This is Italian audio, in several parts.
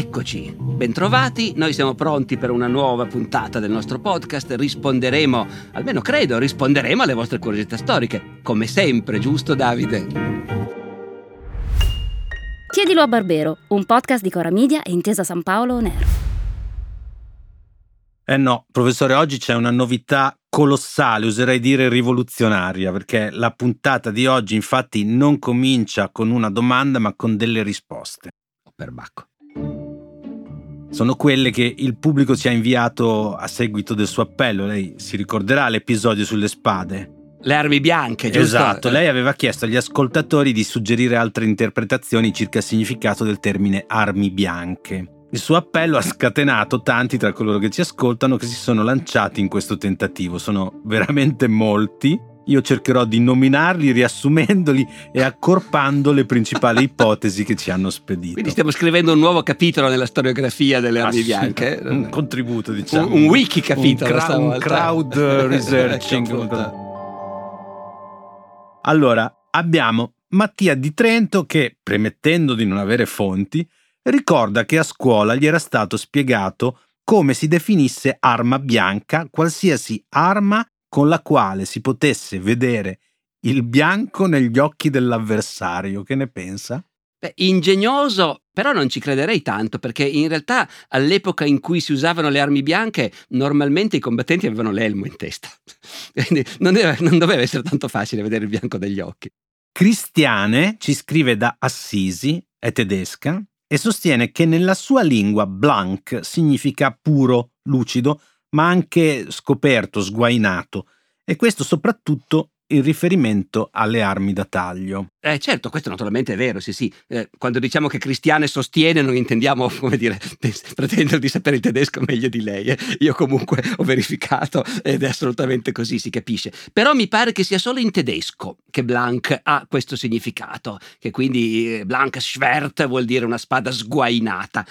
Eccoci, bentrovati, noi siamo pronti per una nuova puntata del nostro podcast, risponderemo, almeno credo, risponderemo alle vostre curiosità storiche, come sempre, giusto Davide? Chiedilo a Barbero, un podcast di Cora Media e Intesa San Paolo On Air. No, professore, oggi c'è una novità colossale, oserei dire rivoluzionaria, perché la puntata di oggi infatti non comincia con una domanda ma con delle risposte. Perbacco. Sono quelle che il pubblico ci ha inviato a seguito del suo appello. Lei si ricorderà l'episodio sulle spade. Le armi bianche, giusto? Esatto, lei aveva chiesto agli ascoltatori di suggerire altre interpretazioni circa il significato del termine armi bianche. Il suo appello ha scatenato tanti tra coloro che ci ascoltano che si sono lanciati in questo tentativo. Sono veramente molti. Io cercherò di nominarli riassumendoli e accorpando le principali ipotesi che ci hanno spedito. Quindi stiamo scrivendo un nuovo capitolo nella storiografia delle armi bianche. Un contributo, diciamo. Un wiki capitolo. Un crowd researching. Allora, abbiamo Mattia di Trento che, premettendo di non avere fonti, ricorda che a scuola gli era stato spiegato come si definisse arma bianca qualsiasi arma con la quale si potesse vedere il bianco negli occhi dell'avversario. Che ne pensa? Beh, ingegnoso, però non ci crederei tanto, perché in realtà all'epoca in cui si usavano le armi bianche normalmente i combattenti avevano l'elmo in testa. Quindi non doveva essere tanto facile vedere il bianco degli occhi. Cristiane ci scrive da Assisi, è tedesca, e sostiene che nella sua lingua blanc significa puro, lucido, ma anche scoperto, sguainato, e questo soprattutto in riferimento alle armi da taglio. Certo, questo naturalmente è vero, sì. Quando diciamo che Cristiane sostiene non intendiamo, come dire, pretendere di sapere il tedesco meglio di lei. Io comunque ho verificato ed è assolutamente così, si capisce. Però mi pare che sia solo in tedesco che blanc ha questo significato, che quindi blank Schwert vuol dire una spada sguainata,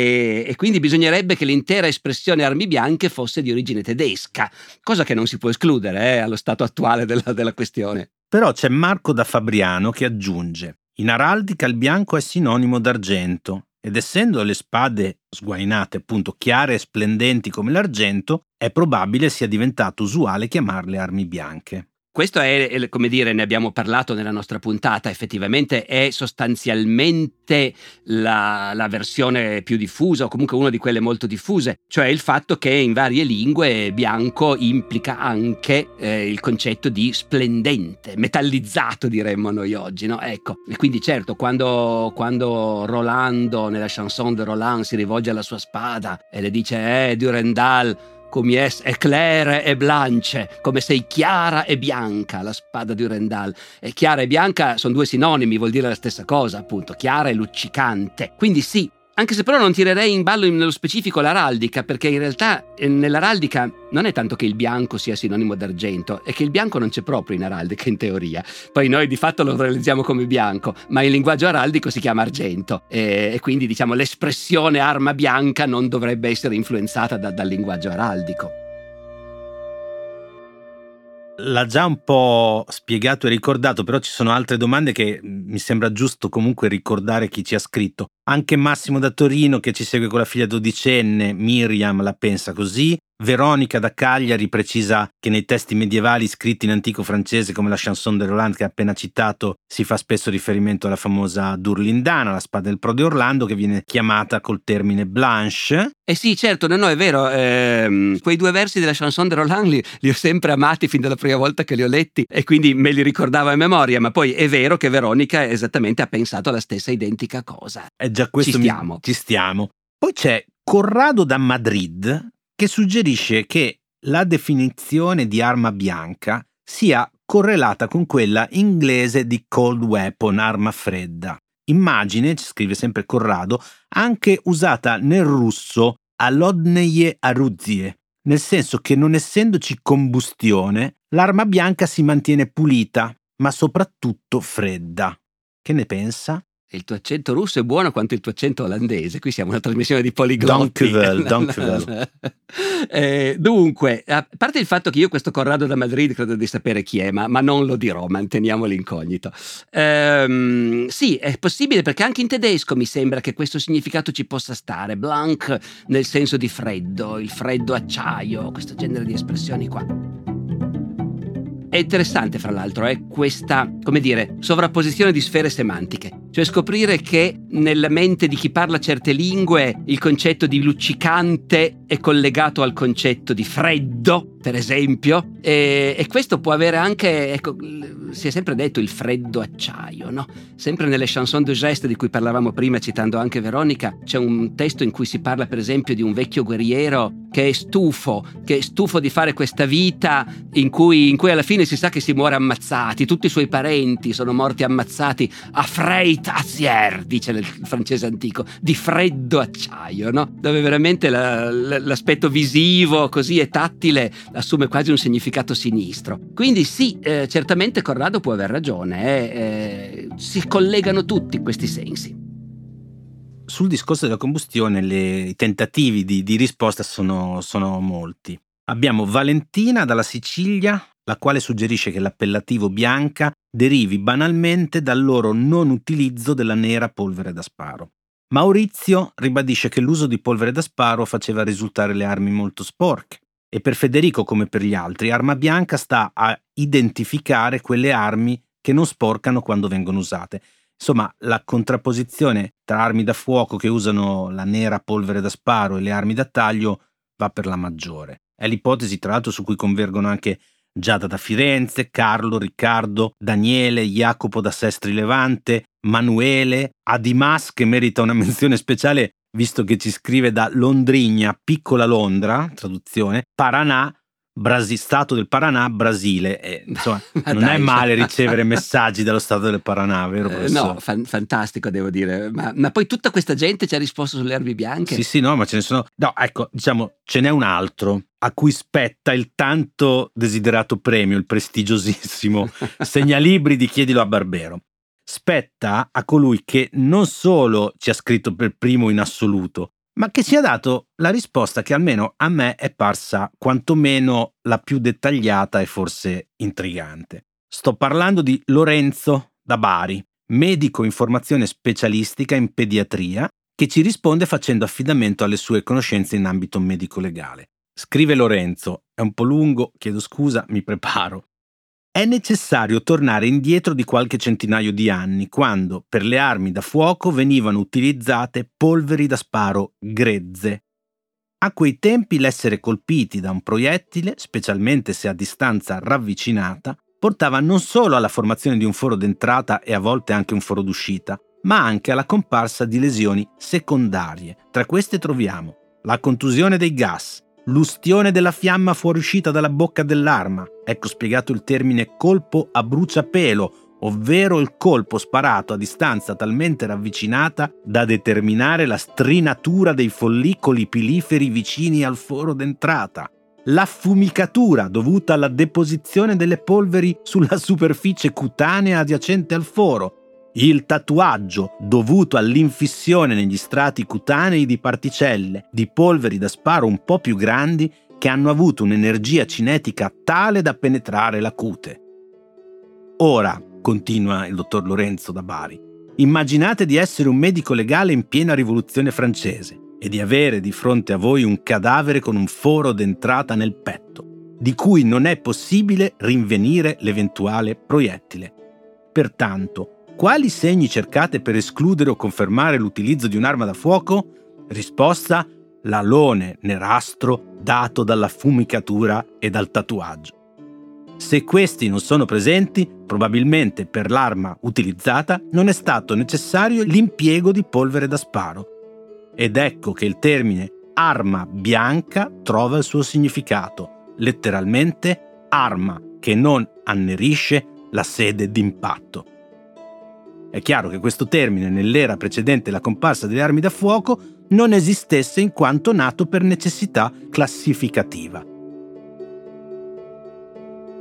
e quindi bisognerebbe che l'intera espressione armi bianche fosse di origine tedesca, cosa che non si può escludere allo stato attuale della questione. Però c'è Marco da Fabriano che aggiunge: in araldica il bianco è sinonimo d'argento ed essendo le spade sguainate appunto chiare e splendenti come l'argento, è probabile sia diventato usuale chiamarle armi bianche. Questo è, come dire, ne abbiamo parlato nella nostra puntata, effettivamente è sostanzialmente la versione più diffusa, o comunque una di quelle molto diffuse, cioè il fatto che in varie lingue bianco implica anche il concetto di splendente, metallizzato diremmo noi oggi, no? Ecco, e quindi certo, quando Rolando nella chanson de Roland si rivolge alla sua spada e le dice Durendal, come è claire e blanche, come sei chiara e bianca, la spada di Durendal. E chiara e bianca sono due sinonimi, vuol dire la stessa cosa, appunto, chiara e luccicante. Quindi sì, anche se però non tirerei in ballo nello specifico l'araldica, perché in realtà nell'araldica non è tanto che il bianco sia sinonimo d'argento, è che il bianco non c'è proprio in araldica in teoria. Poi noi di fatto lo realizziamo come bianco, ma in linguaggio araldico si chiama argento, e quindi diciamo l'espressione arma bianca non dovrebbe essere influenzata dal linguaggio araldico. L'ha già un po' spiegato e ricordato, però ci sono altre domande che mi sembra giusto comunque ricordare chi ci ha scritto. Anche Massimo da Torino, che ci segue con la figlia dodicenne, Miriam, la pensa così. Veronica da Cagliari precisa che nei testi medievali scritti in antico francese come la chanson de Roland che ha appena citato si fa spesso riferimento alla famosa Durlindana, la spada del pro di Orlando, che viene chiamata col termine blanche. Sì, certo, no, è vero, quei due versi della chanson de Roland li ho sempre amati fin dalla prima volta che li ho letti e quindi me li ricordavo a memoria, ma poi è vero che Veronica esattamente ha pensato alla stessa identica cosa. Già questo ci stiamo. Poi c'è Corrado da Madrid che suggerisce che la definizione di arma bianca sia correlata con quella inglese di cold weapon, arma fredda. Immagine, ci scrive sempre Corrado, anche usata nel russo allodneje aruzie, nel senso che non essendoci combustione, l'arma bianca si mantiene pulita, ma soprattutto fredda. Che ne pensa? il tuo accento russo è buono quanto il tuo accento olandese. Qui siamo una trasmissione di poliglotti. Dankjewel. Dunque, a parte il fatto che io questo Corrado da Madrid credo di sapere chi è, ma non lo dirò, manteniamo l'incognito. Sì, è possibile, perché anche in tedesco mi sembra che questo significato ci possa stare. Blank nel senso di freddo, il freddo acciaio, questo genere di espressioni qua. È interessante, fra l'altro, questa, come dire, sovrapposizione di sfere semantiche. Cioè scoprire che nella mente di chi parla certe lingue il concetto di luccicante è collegato al concetto di freddo, per esempio, e questo può avere anche, ecco, si è sempre detto il freddo acciaio, no? Sempre nelle chanson de geste di cui parlavamo prima, citando anche Veronica, c'è un testo in cui si parla per esempio di un vecchio guerriero che è stufo di fare questa vita in cui alla fine si sa che si muore ammazzati, tutti i suoi parenti sono morti ammazzati a Freitazier, dice il francese antico, di freddo acciaio, no? Dove veramente l'aspetto visivo così e tattile assume quasi un significato sinistro. Quindi sì, certamente Corrado può aver ragione, si collegano tutti questi sensi. Sul discorso della combustione i tentativi di risposta sono molti. Abbiamo Valentina dalla Sicilia, la quale suggerisce che l'appellativo bianca derivi banalmente dal loro non utilizzo della nera polvere da sparo. Maurizio ribadisce che l'uso di polvere da sparo faceva risultare le armi molto sporche, e per Federico come per gli altri arma bianca sta a identificare quelle armi che non sporcano quando vengono usate. Insomma, la contrapposizione tra armi da fuoco che usano la nera polvere da sparo e le armi da taglio va per la maggiore. È l'ipotesi, tra l'altro, su cui convergono anche Giada da Firenze, Carlo, Riccardo, Daniele, Jacopo da Sestri Levante, Manuele, Adimas, che merita una menzione speciale visto che ci scrive da Londrigna, piccola Londra, traduzione, Paranà, Stato del Paranà, Brasile. Insomma, non è male ricevere messaggi dallo Stato del Paranà, vero professore? No, fantastico, devo dire. Ma poi tutta questa gente ci ha risposto sulle armi bianche? Sì, no, ma ce ne sono. No, ecco, diciamo, ce n'è un altro a cui spetta il tanto desiderato premio, il prestigiosissimo Segnalibri di Chiedilo a Barbero. Spetta a colui che non solo ci ha scritto per primo in assoluto, ma che ci ha dato la risposta che almeno a me è parsa quantomeno la più dettagliata e forse intrigante. Sto parlando di Lorenzo da Bari, medico in formazione specialistica in pediatria, che ci risponde facendo affidamento alle sue conoscenze in ambito medico-legale. Scrive Lorenzo, è un po' lungo, chiedo scusa, mi preparo. È necessario tornare indietro di qualche centinaio di anni, quando per le armi da fuoco venivano utilizzate polveri da sparo grezze. A quei tempi l'essere colpiti da un proiettile, specialmente se a distanza ravvicinata, portava non solo alla formazione di un foro d'entrata e a volte anche un foro d'uscita, ma anche alla comparsa di lesioni secondarie. Tra queste troviamo la contusione dei gas, l'ustione della fiamma fuoriuscita dalla bocca dell'arma, ecco spiegato il termine colpo a bruciapelo, ovvero il colpo sparato a distanza talmente ravvicinata da determinare la strinatura dei follicoli piliferi vicini al foro d'entrata, l'affumicatura dovuta alla deposizione delle polveri sulla superficie cutanea adiacente al foro, il tatuaggio dovuto all'infissione negli strati cutanei di particelle di polveri da sparo un po' più grandi che hanno avuto un'energia cinetica tale da penetrare la cute. Ora, continua il dottor Lorenzo da Bari, immaginate di essere un medico legale in piena rivoluzione francese e di avere di fronte a voi un cadavere con un foro d'entrata nel petto, di cui non è possibile rinvenire l'eventuale proiettile. Pertanto, quali segni cercate per escludere o confermare l'utilizzo di un'arma da fuoco? Risposta: l'alone nerastro dato dalla fumicatura e dal tatuaggio. Se questi non sono presenti, probabilmente per l'arma utilizzata non è stato necessario l'impiego di polvere da sparo. Ed ecco che il termine arma bianca trova il suo significato, letteralmente arma che non annerisce la sede d'impatto. È chiaro che questo termine nell'era precedente la comparsa delle armi da fuoco non esistesse in quanto nato per necessità classificativa.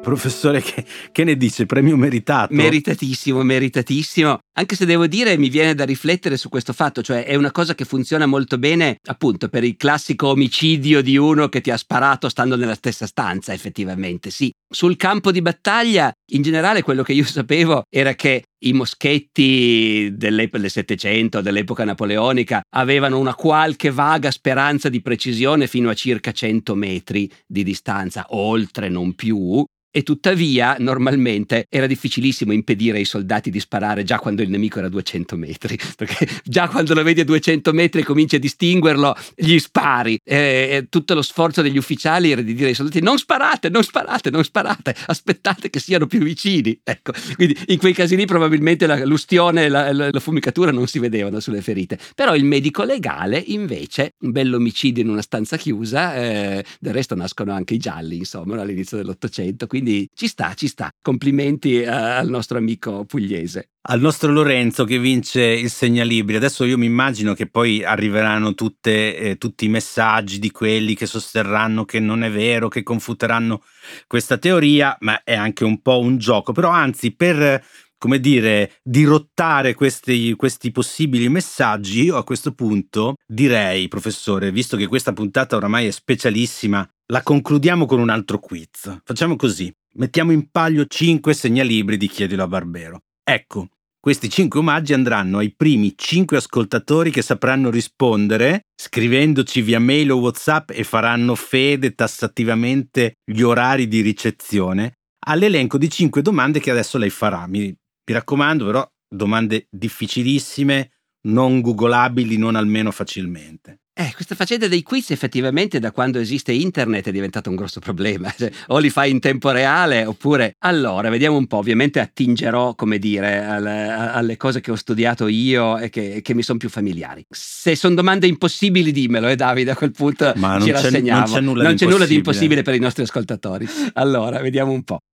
Professore, che ne dice? Premio meritato? Meritatissimo, meritatissimo. Anche se devo dire, mi viene da riflettere su questo fatto, cioè è una cosa che funziona molto bene appunto per il classico omicidio di uno che ti ha sparato stando nella stessa stanza, effettivamente, sì. Sul campo di battaglia, in generale, quello che io sapevo era che i moschetti del Settecento, dell'epoca napoleonica, avevano una qualche vaga speranza di precisione fino a circa 100 metri di distanza, oltre non più. E tuttavia, normalmente, era difficilissimo impedire ai soldati di sparare già quando il nemico era a 200 metri, perché già quando lo vedi a 200 metri e cominci a distinguerlo, gli spari. Tutto lo sforzo degli ufficiali era di dire ai soldati: non sparate, non sparate, non sparate, aspettate che siano più vicini. Ecco, quindi in quei casi lì probabilmente l'ustione e la fumicatura non si vedevano sulle ferite. Però il medico legale, invece, un bell'omicidio in una stanza chiusa, del resto nascono anche i gialli, insomma, all'inizio dell'Ottocento, quindi ci sta. Complimenti al nostro amico pugliese. Al nostro Lorenzo che vince il segnalibri. Adesso io mi immagino che poi arriveranno tutti i messaggi di quelli che sosterranno che non è vero, che confuteranno questa teoria, ma è anche un po' un gioco. Però anzi, per, come dire, dirottare questi possibili messaggi, io a questo punto direi, professore, visto che questa puntata oramai è specialissima, la concludiamo con un altro quiz. Facciamo così: mettiamo in palio 5 segnalibri di Chiedilo a Barbero. Ecco, questi 5 omaggi andranno ai primi 5 ascoltatori che sapranno rispondere scrivendoci via mail o WhatsApp e faranno fede tassativamente gli orari di ricezione all'elenco di 5 domande che adesso lei farà. Mi raccomando, però, domande difficilissime, non googolabili, non almeno facilmente. Questa faccenda dei quiz effettivamente da quando esiste internet è diventato un grosso problema. Cioè, o li fai in tempo reale oppure... Allora, vediamo un po'. Ovviamente attingerò, come dire, alle cose che ho studiato io e che mi sono più familiari. Se sono domande impossibili, dimmelo, Davide, a quel punto ma ci rassegniamo. Non c'è nulla di impossibile per i nostri ascoltatori. Allora, vediamo un po'.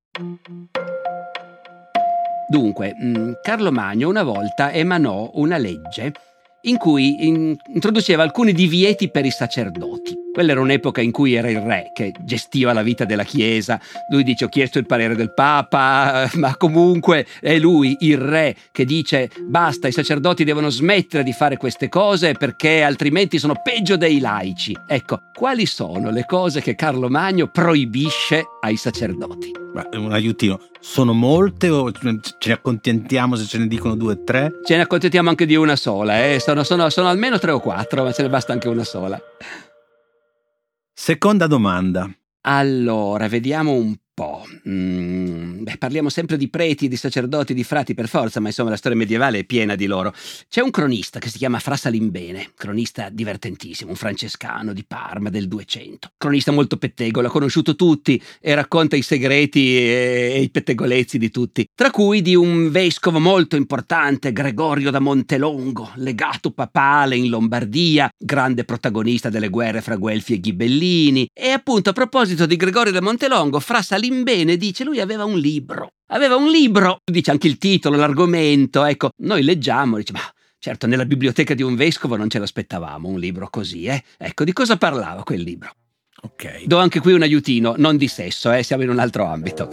Dunque, Carlo Magno una volta emanò una legge in cui introduceva alcuni divieti per i sacerdoti. Quella era un'epoca in cui era il re che gestiva la vita della Chiesa. Lui dice: ho chiesto il parere del Papa, ma comunque è lui, il re, che dice: basta, i sacerdoti devono smettere di fare queste cose perché altrimenti sono peggio dei laici. Ecco, quali sono le cose che Carlo Magno proibisce ai sacerdoti? Un aiutino. Sono molte o ce ne accontentiamo se ce ne dicono 2 o 3? Ce ne accontentiamo anche di una sola, sono almeno 3 o 4, ma ce ne basta anche una sola. Seconda domanda. Allora, vediamo un po'. Parliamo sempre di preti, di sacerdoti, di frati per forza, ma insomma la storia medievale è piena di loro. C'è un cronista che si chiama Fra Salimbene, cronista divertentissimo, un francescano di Parma del 200. Cronista molto pettegolo, ha conosciuto tutti e racconta i segreti e i pettegolezzi di tutti, tra cui di un vescovo molto importante, Gregorio da Montelongo, legato papale in Lombardia, grande protagonista delle guerre fra Guelfi e Ghibellini. E appunto, a proposito di Gregorio da Montelongo, Fra Salimbene dice: lui aveva un libro, dice anche il titolo, l'argomento. Ecco, noi leggiamo, dice: ma certo, nella biblioteca di un vescovo non ce l'aspettavamo un libro così, Ecco, di cosa parlava quel libro? Ok. Do anche qui un aiutino, non di sesso, siamo in un altro ambito.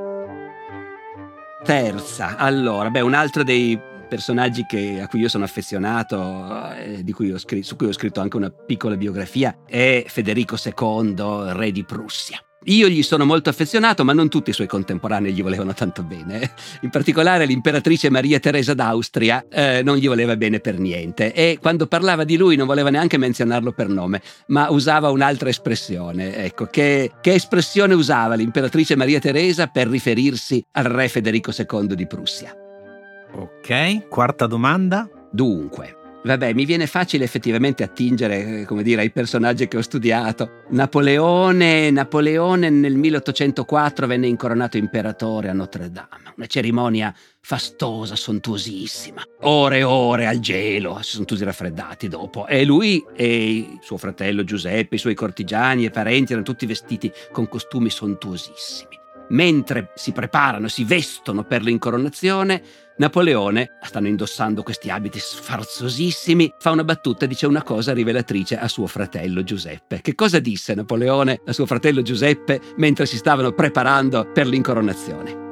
Terza, allora, un altro dei personaggi a cui io sono affezionato, su cui ho scritto anche una piccola biografia, è Federico II, re di Prussia. Io gli sono molto affezionato, ma non tutti i suoi contemporanei gli volevano tanto bene. In particolare l'imperatrice Maria Teresa d'Austria non gli voleva bene per niente, e quando parlava di lui non voleva neanche menzionarlo per nome, ma usava un'altra espressione. Ecco, che espressione usava l'imperatrice Maria Teresa per riferirsi al re Federico II di Prussia? Ok, quarta domanda. Dunque, mi viene facile effettivamente attingere, come dire, ai personaggi che ho studiato. Napoleone nel 1804 venne incoronato imperatore a Notre Dame. Una cerimonia fastosa, sontuosissima. Ore e ore al gelo, si sono tutti raffreddati dopo. E lui e suo fratello Giuseppe, i suoi cortigiani e parenti erano tutti vestiti con costumi sontuosissimi. mentre si preparano, si vestono per l'incoronazione, Napoleone, stanno indossando questi abiti sfarzosissimi, fa una battuta e dice una cosa rivelatrice a suo fratello Giuseppe. Che cosa disse Napoleone a suo fratello Giuseppe mentre si stavano preparando per l'incoronazione?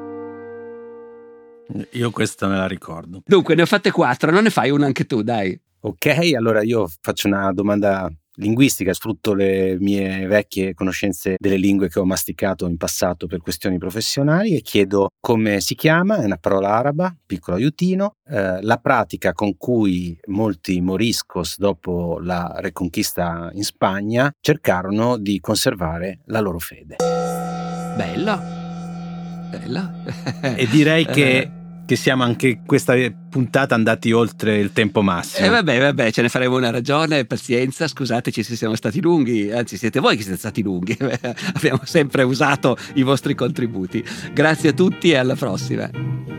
Io questa me la ricordo. Dunque, ne ho fatte 4, non ne fai una anche tu, dai. Ok, allora io faccio una domanda linguistica, sfrutto le mie vecchie conoscenze delle lingue che ho masticato in passato per questioni professionali e chiedo come si chiama, è una parola araba, piccolo aiutino, la pratica con cui molti moriscos dopo la reconquista in Spagna cercarono di conservare la loro fede. Bello. E direi che siamo anche questa puntata andati oltre il tempo massimo. Vabbè, ce ne faremo una ragione, pazienza, scusateci se siamo stati lunghi, anzi siete voi che siete stati lunghi, abbiamo sempre usato i vostri contributi. Grazie a tutti e alla prossima.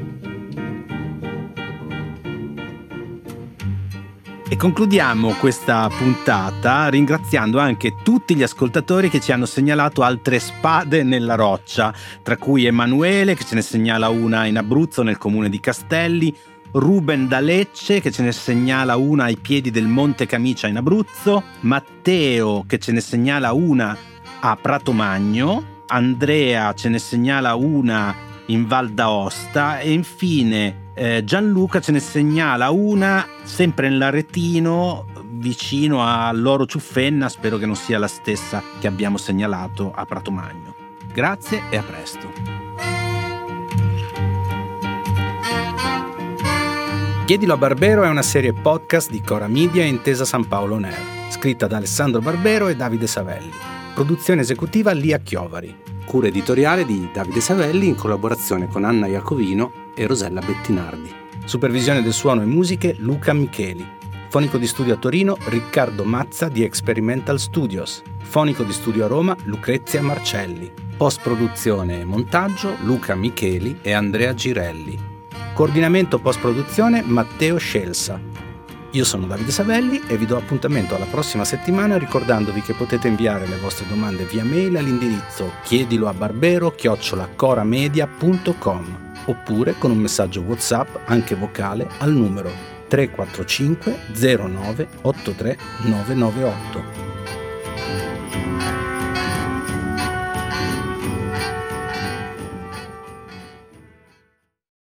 E concludiamo questa puntata ringraziando anche tutti gli ascoltatori che ci hanno segnalato altre spade nella roccia, tra cui Emanuele che ce ne segnala una in Abruzzo nel comune di Castelli, Ruben da Lecce che ce ne segnala una ai piedi del Monte Camicia in Abruzzo, Matteo che ce ne segnala una a Pratomagno, Andrea ce ne segnala una in Val d'Aosta e infine Gianluca ce ne segnala una sempre nell'Aretino vicino a Loro Ciuffenna, spero che non sia la stessa che abbiamo segnalato a Pratomagno. Grazie e a presto. Chiedilo a Barbero è una serie podcast di Cora Media e Intesa San Paolo On Air, scritta da Alessandro Barbero e Davide Savelli. Produzione esecutiva Lia Chiovari. Cura editoriale di Davide Savelli in collaborazione con Anna Iacovino e Rosella Bettinardi. Supervisione del suono e musiche Luca Micheli. Fonico di studio a Torino Riccardo Mazza di Experimental Studios. Fonico di studio a Roma Lucrezia Marcelli. Post-produzione e montaggio Luca Micheli e Andrea Girelli. Coordinamento post-produzione Matteo Scelsa. Io sono Davide Savelli e vi do appuntamento alla prossima settimana ricordandovi che potete inviare le vostre domande via mail all'indirizzo chiediloabarbero@coramedia.com oppure con un messaggio WhatsApp anche vocale al numero 345 09 83 998.